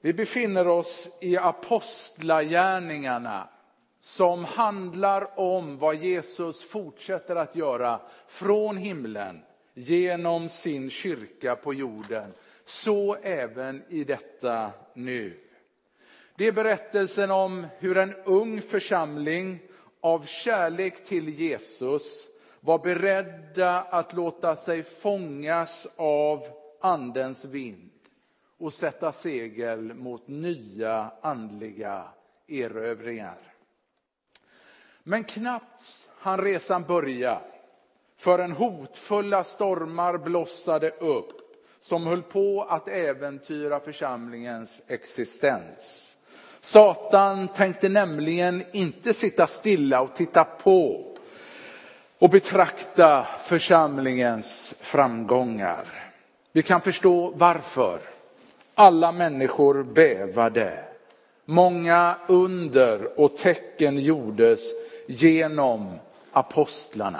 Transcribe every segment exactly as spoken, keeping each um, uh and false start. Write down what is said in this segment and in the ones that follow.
Vi befinner oss i apostlagärningarna som handlar om vad Jesus fortsätter att göra från himlen genom sin kyrka på jorden. Så även i detta nu. Det är berättelsen om hur en ung församling av kärlek till Jesus var beredda att låta sig fångas av andens vind och sätta segel mot nya andliga erövringar. Men knappt han resan börja förrän hotfulla stormar blossade upp som höll på att äventyra församlingens existens. Satan tänkte nämligen inte sitta stilla och titta på och betrakta församlingens framgångar. Vi kan förstå varför. Alla människor bävade. Många under och tecken gjordes genom apostlarna.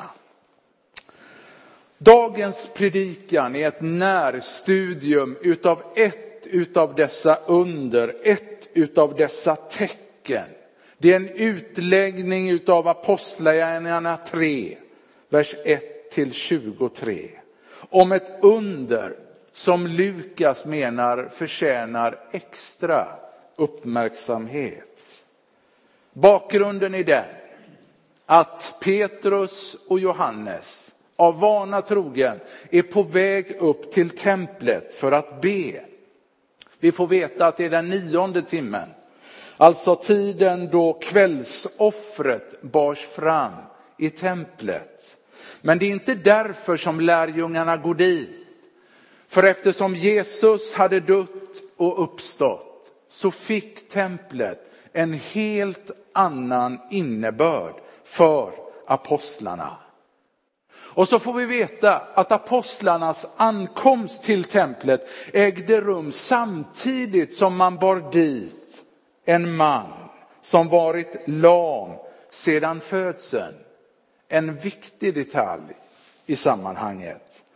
Dagens predikan är ett närstudium utav ett utav dessa under, ett utav dessa tecken. Det är en utläggning utav Apostlagärningarna tre, vers ett till tjugotre. Om ett under som Lukas menar förtjänar extra uppmärksamhet. Bakgrunden är den att Petrus och Johannes av vana trogen är på väg upp till templet för att be. Vi får veta att det är den nionde timmen. Alltså tiden då kvällsoffret bars fram i templet. Men det är inte därför som lärjungarna går dit. För eftersom Jesus hade dött och uppstått så fick templet en helt annan innebörd för apostlarna. Och så får vi veta att apostlarnas ankomst till templet ägde rum samtidigt som man bar dit en man som varit lam sedan födseln. En viktig detalj i sammanhanget.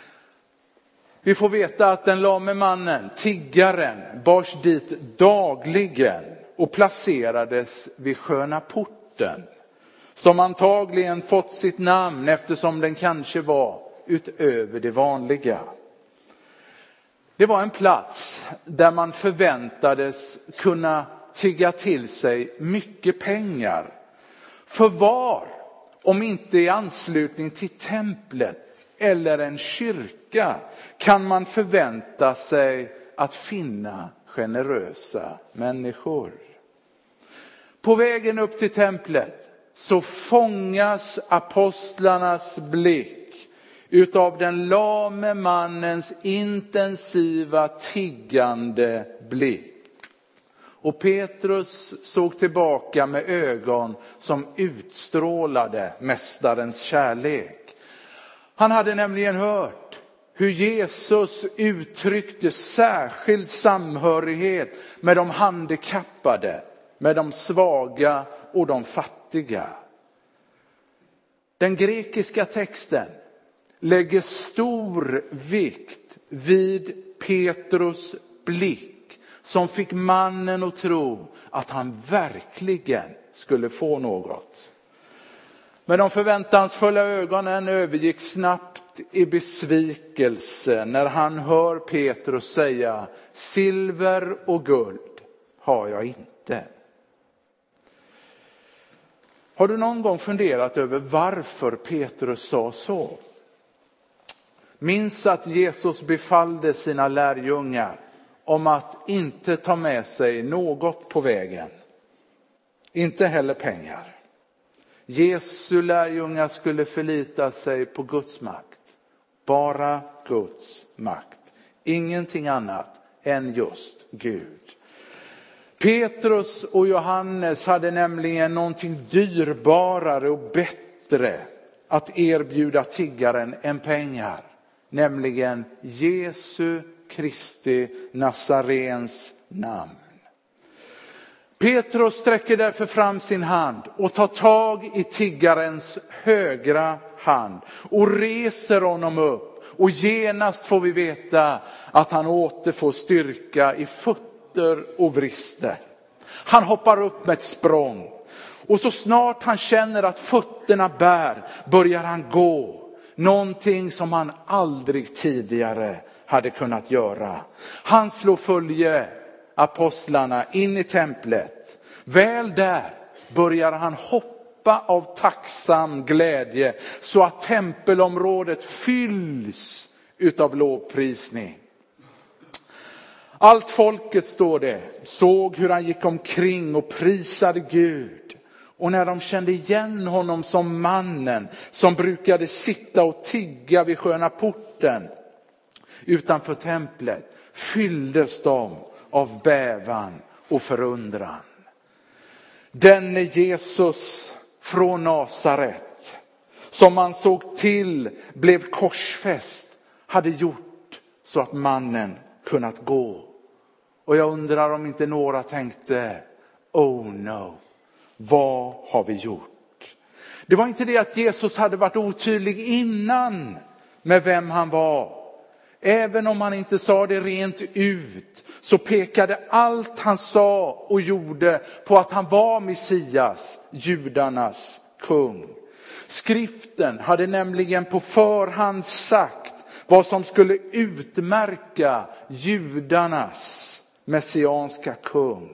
Vi får veta att den lame mannen, tiggaren, bars dit dagligen och placerades vid Sköna porten. Som antagligen fått sitt namn eftersom den kanske var utöver det vanliga. Det var en plats där man förväntades kunna tigga till sig mycket pengar. För var, om inte i anslutning till templet eller en kyrka, kan man förvänta sig att finna generösa människor. På vägen upp till templet så fångas apostlarnas blick utav den lame mannens intensiva tiggande blick. Och Petrus såg tillbaka med ögon som utstrålade mästarens kärlek. Han hade nämligen hört hur Jesus uttryckte särskild samhörighet med de handikappade, med de svaga och de fattiga. Den grekiska texten lägger stor vikt vid Petrus blick som fick mannen att tro att han verkligen skulle få något. Men de förväntansfulla ögonen övergick snabbt i besvikelse när han hör Petrus säga: silver och guld har jag inte. Har du någon gång funderat över varför Petrus sa så? Minns att Jesus befallde sina lärjungar om att inte ta med sig något på vägen. Inte heller pengar. Jesu lärjungar skulle förlita sig på Guds makt. Bara Guds makt. Ingenting annat än just Gud. Petrus och Johannes hade nämligen någonting dyrbarare och bättre att erbjuda tiggaren än pengar. Nämligen Jesu Kristi Nazarens namn. Petrus sträcker därför fram sin hand och tar tag i tiggarens högra hand och reser honom upp. Och genast får vi veta att han återfår styrka i fötterna halter och brister. Han hoppar upp med ett språng. Och så snart han känner att fötterna bär börjar han gå. Någonting som han aldrig tidigare hade kunnat göra. Han slår följe apostlarna in i templet. Väl där börjar han hoppa av tacksam glädje så att tempelområdet fylls utav lovprisning. Allt folket, står det, såg hur han gick omkring och prisade Gud. Och när de kände igen honom som mannen som brukade sitta och tigga vid sköna porten utanför templet, fylldes de av bävan och förundran. Denne Jesus från Nasaret, som man såg till blev korsfäst, hade gjort så att mannen kunnat gå. Och jag undrar om inte några tänkte, oh no, vad har vi gjort? Det var inte det att Jesus hade varit otydlig innan med vem han var. Även om han inte sa det rent ut, så pekade allt han sa och gjorde på att han var Messias, judarnas kung. Skriften hade nämligen på förhand sagt vad som skulle utmärka judarnas messianska kung.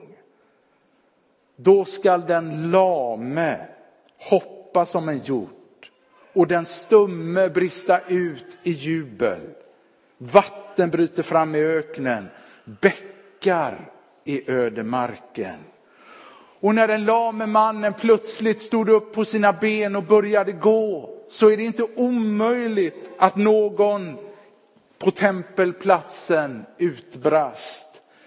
Då skall den lame hoppa som en hjort och den stumme brista ut i jubel. Vatten bryter fram i öknen, bäckar i ödemarken. Och när den lame mannen plötsligt stod upp på sina ben och började gå, så är det inte omöjligt att någon på tempelplatsen utbrast: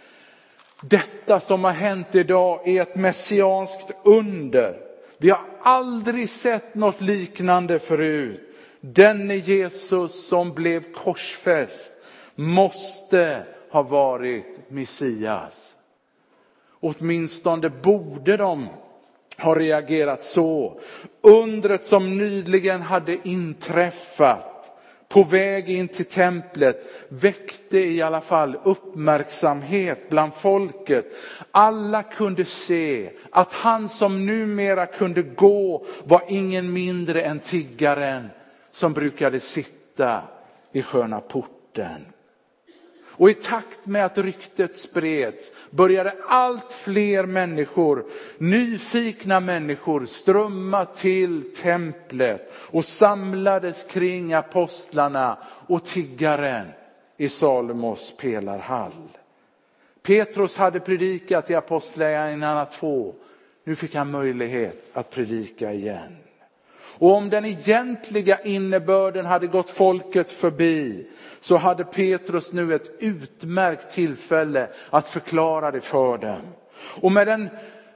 detta som har hänt idag är ett messianskt under. Vi har aldrig sett något liknande förut. Denne Jesus som blev korsfäst måste ha varit Messias. Åtminstone borde de ha reagerat så. Undret som nyligen hade inträffat på väg in till templet väckte i alla fall uppmärksamhet bland folket. Alla kunde se att han som numera kunde gå var ingen mindre än tiggaren som brukade sitta i sköna porten. Och i takt med att ryktet spreds började allt fler människor, nyfikna människor, strömma till templet och samlades kring apostlarna och tiggaren i Salomos pelarhall. Petrus hade predikat i Apostlagärningarna två. Nu fick han möjlighet att predika igen. Och om den egentliga innebörden hade gått folket förbi, så hade Petrus nu ett utmärkt tillfälle att förklara det för dem. Och med den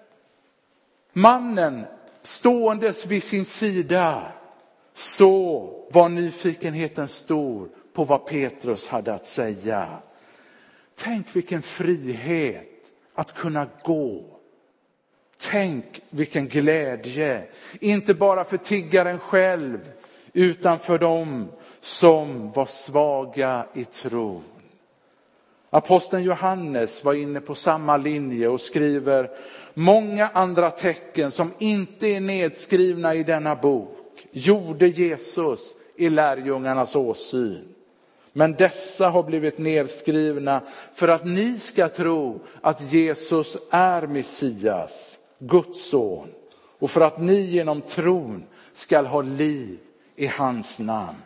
mannen ståendes vid sin sida, så var nyfikenheten stor på vad Petrus hade att säga. Tänk vilken frihet att kunna gå. Tänk vilken glädje, inte bara för tiggaren själv, utan för dem som var svaga i tron. Aposteln Johannes var inne på samma linje och skriver: många andra tecken som inte är nedskrivna i denna bok gjorde Jesus i lärjungarnas åsyn. Men dessa har blivit nedskrivna för att ni ska tro att Jesus är Messias, Guds son, och för att ni genom tron ska ha liv i hans namn.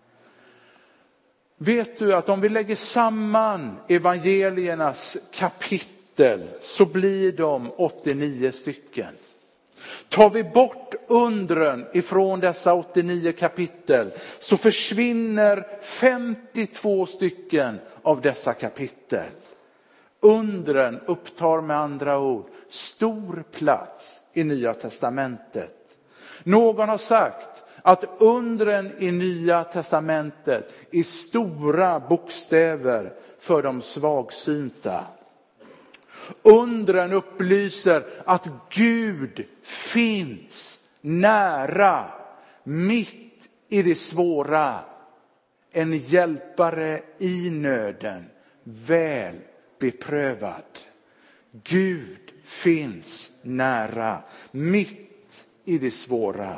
Vet du att om vi lägger samman evangeliernas kapitel så blir de åttionio stycken. Tar vi bort undren ifrån dessa åttionio kapitel så försvinner femtiotvå stycken av dessa kapitel. Undren upptar med andra ord stor plats i Nya testamentet. Någon har sagt att undren i Nya testamentet är stora bokstäver för de svagsynta. Undren upplyser att Gud finns nära, mitt i det svåra. En hjälpare i nöden, väl beprövad. Gud finns nära, mitt i det svåra.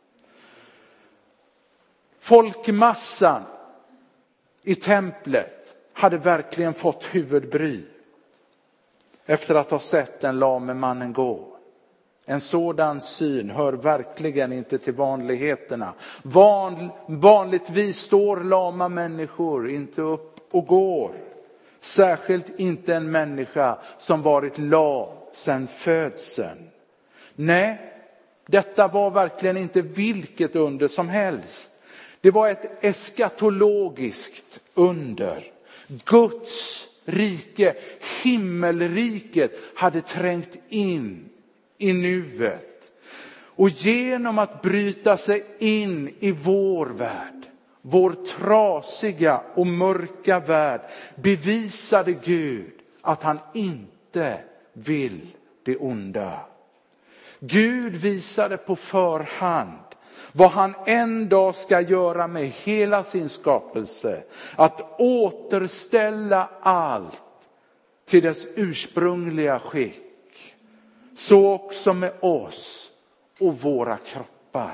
Folkmassan i templet hade verkligen fått huvudbry efter att ha sett den lame mannen gå. En sådan syn hör verkligen inte till vanligheterna. Van, vanligtvis står lama människor inte upp och går. Särskilt inte en människa som varit lam sedan födseln. Nej, detta var verkligen inte vilket under som helst. Det var ett eskatologiskt under. Guds rike, himmelriket, hade trängt in i nuet. Och genom att bryta sig in i vår värld, vår trasiga och mörka värld, bevisade Gud att han inte vill det onda. Gud visade på förhand vad han en dag ska göra med hela sin skapelse. Att återställa allt till dess ursprungliga skick. Så också med oss och våra kroppar.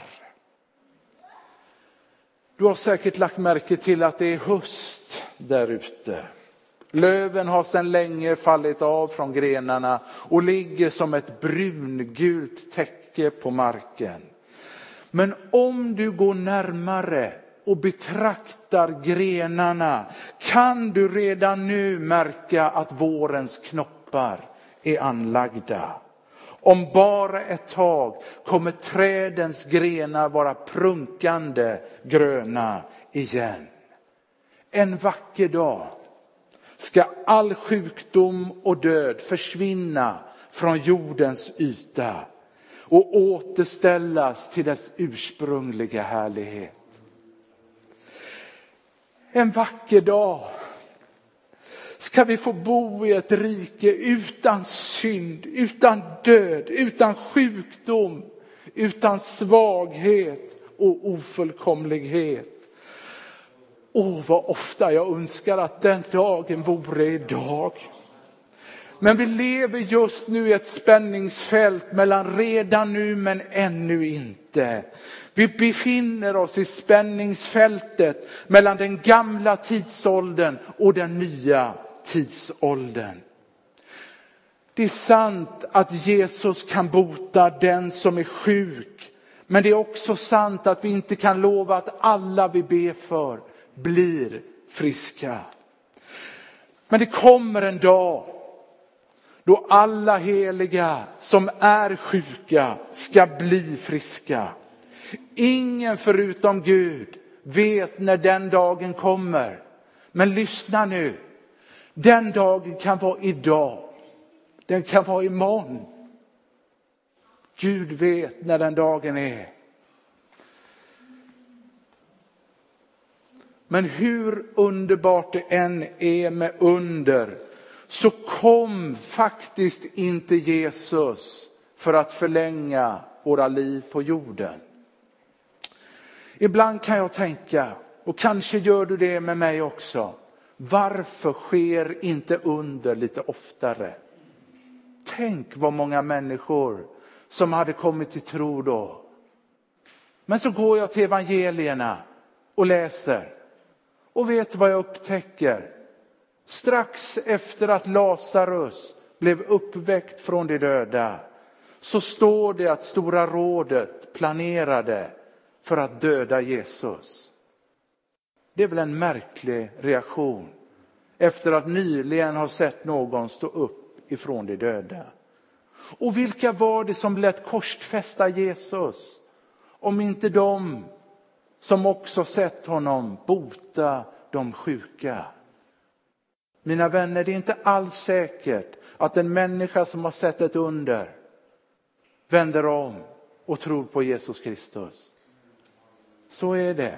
Du har säkert lagt märke till att det är höst där ute. Löven har sedan länge fallit av från grenarna och ligger som ett brungult täcke på marken. Men om du går närmare och betraktar grenarna kan du redan nu märka att vårens knoppar är anlagda. Om bara ett tag kommer trädens grenar vara prunkande gröna igen. En vacker dag ska all sjukdom och död försvinna från jordens yta och återställas till dess ursprungliga härlighet. En vacker dag ska vi få bo i ett rike utan synd, utan död, utan sjukdom, utan svaghet och ofullkomlighet. Åh, vad ofta jag önskar att den dagen vore idag. Men vi lever just nu i ett spänningsfält mellan redan nu men ännu inte. Vi befinner oss i spänningsfältet mellan den gamla tidsåldern och den nya tidsåldern. Det är sant att Jesus kan bota den som är sjuk. Men det är också sant att vi inte kan lova att alla vi ber för blir friska. Men det kommer en dag då alla heliga som är sjuka ska bli friska. Ingen förutom Gud vet när den dagen kommer. Men lyssna nu. Den dagen kan vara idag. Den kan vara imorgon. Gud vet när den dagen är. Men hur underbart det än är med under, så kom faktiskt inte Jesus för att förlänga våra liv på jorden. Ibland kan jag tänka, och kanske gör du det med mig också, varför sker inte under lite oftare? Tänk vad många människor som hade kommit till tro då. Men så går jag till evangelierna och läser. Och vet vad jag upptäcker? Strax efter att Lazarus blev uppväckt från de döda, så står det att Stora rådet planerade för att döda Jesus. Det är väl en märklig reaktion efter att nyligen ha sett någon stå upp ifrån de döda. Och vilka var det som lät korsfästa Jesus? Om inte de som också sett honom bota de sjuka. Mina vänner, det är inte alls säkert att en människa som har sett ett under vänder om och tror på Jesus Kristus. Så är det.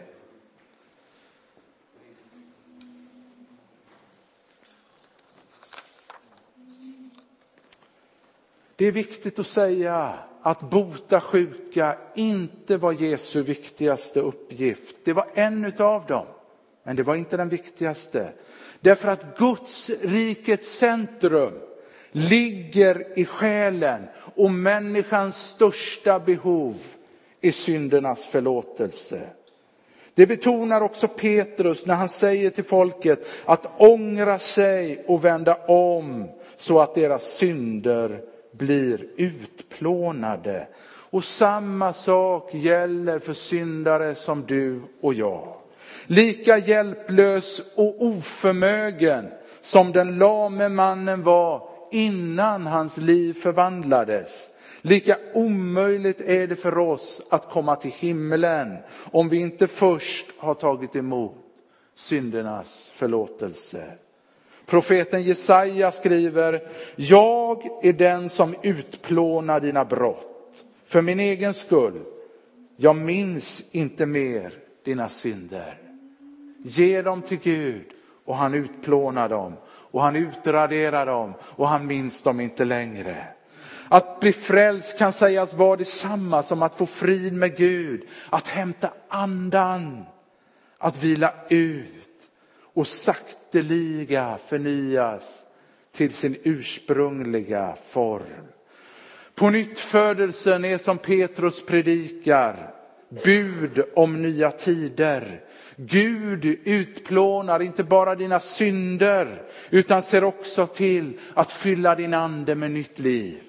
Det är viktigt att säga att bota sjuka inte var Jesu viktigaste uppgift. Det var en utav dem, men det var inte den viktigaste. Därför att Guds rikets centrum ligger i själen och människans största behov är syndernas förlåtelse. Det betonar också Petrus när han säger till folket att ångra sig och vända om så att deras synder blir utplånade. Och samma sak gäller för syndare som du och jag. Lika hjälplös och oförmögen som den lame mannen var innan hans liv förvandlades, lika omöjligt är det för oss att komma till himlen om vi inte först har tagit emot syndernas förlåtelse. Profeten Jesaja skriver: jag är den som utplånar dina brott. För min egen skull, jag minns inte mer dina synder. Ge dem till Gud och han utplånar dem. Och han utraderar dem och han minns dem inte längre. Att bli frälst kan sägas vara detsamma som att få frid med Gud. Att hämta andan. Att vila ut och sakteliga förnyas till sin ursprungliga form. På nyttfödelsen är som Petrus predikar bud om nya tider. Gud utplånar inte bara dina synder utan ser också till att fylla din ande med nytt liv.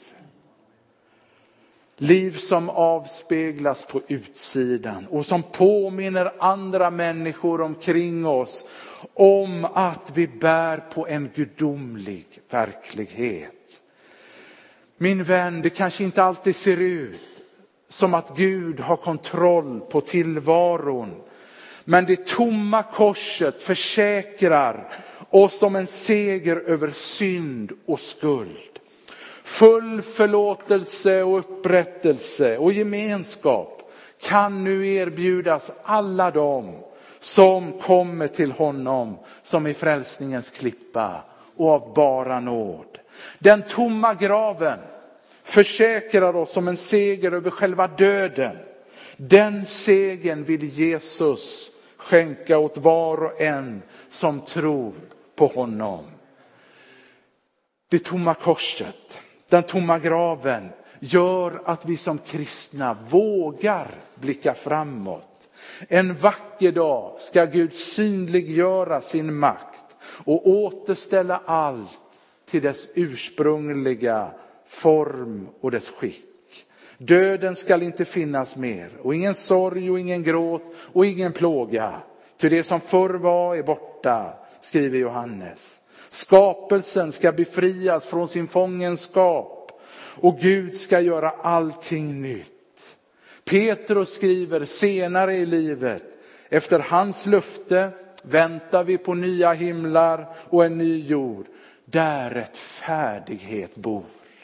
Liv som avspeglas på utsidan och som påminner andra människor omkring oss om att vi bär på en gudomlig verklighet. Min vän, det kanske inte alltid ser ut som att Gud har kontroll på tillvaron. Men det tomma korset försäkrar oss om en seger över synd och skuld. Full förlåtelse och upprättelse och gemenskap kan nu erbjudas alla dem som kommer till honom som är frälsningens klippa och av bara nåd. Den tomma graven försäkrar oss om en seger över själva döden. Den segern vill Jesus skänka åt var och en som tror på honom. Det tomma korset, den tomma graven gör att vi som kristna vågar blicka framåt. En vacker dag ska Gud synliggöra sin makt och återställa allt till dess ursprungliga form och dess skick. Döden skall inte finnas mer och ingen sorg och ingen gråt och ingen plåga. Ty det som förr var är borta, skriver Johannes. Skapelsen ska befrias från sin fångenskap och Gud ska göra allting nytt. Petrus skriver senare i livet: efter hans löfte väntar vi på nya himlar och en ny jord där rättfärdighet bor.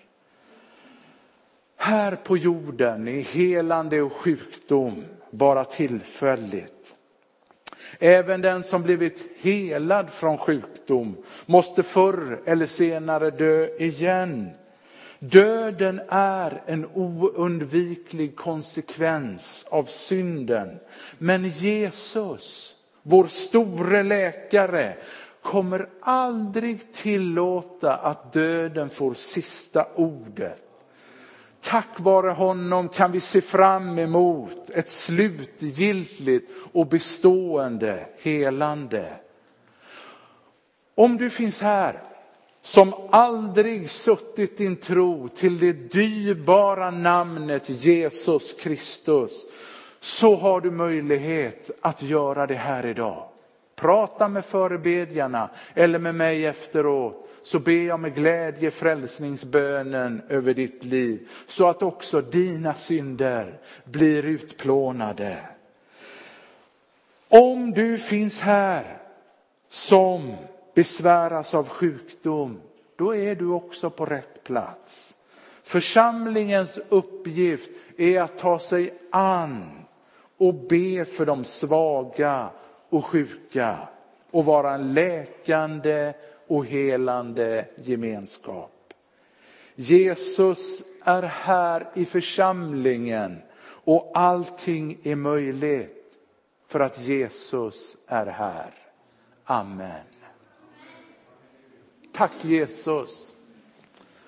Här på jorden är helande och sjukdom bara tillfälligt. Även den som blivit helad från sjukdom måste förr eller senare dö igen. Döden är en oundviklig konsekvens av synden. Men Jesus, vår store läkare, kommer aldrig tillåta att döden får sista ordet. Tack vare honom kan vi se fram emot ett slutgiltigt och bestående helande. Om du finns här som aldrig suttit din tro till det dyrbara namnet Jesus Kristus, så har du möjlighet att göra det här idag. Prata med förebedjarna eller med mig efteråt, så ber jag med glädje frälsningsbönen över ditt liv, så att också dina synder blir utplånade. Om du finns här som besväras av sjukdom, då är du också på rätt plats. Församlingens uppgift är att ta sig an och be för de svaga och sjuka och vara en läkande och helande gemenskap. Jesus är här i församlingen och allting är möjligt för att Jesus är här. Amen. Tack Jesus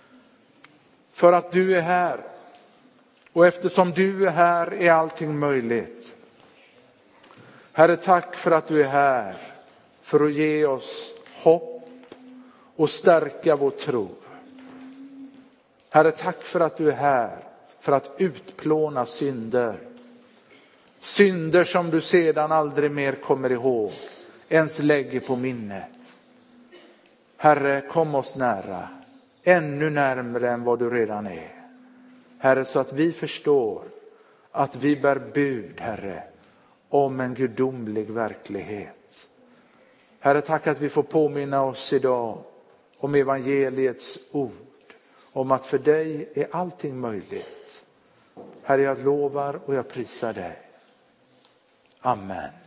för att du är här. Och eftersom du är här är allting möjligt. Herre, tack för att du är här för att ge oss hopp och stärka vår tro. Herre, tack för att du är här för att utplåna synder. Synder som du sedan aldrig mer kommer ihåg, ens lägger på minnet. Herre, kom oss nära, ännu närmare än vad du redan är. Herre, så att vi förstår att vi bär bud, Herre, om en gudomlig verklighet. Herre, tack att vi får påminna oss idag om evangeliets ord. Om att för dig är allting möjligt. Herre, jag lovar och jag prisar dig. Amen.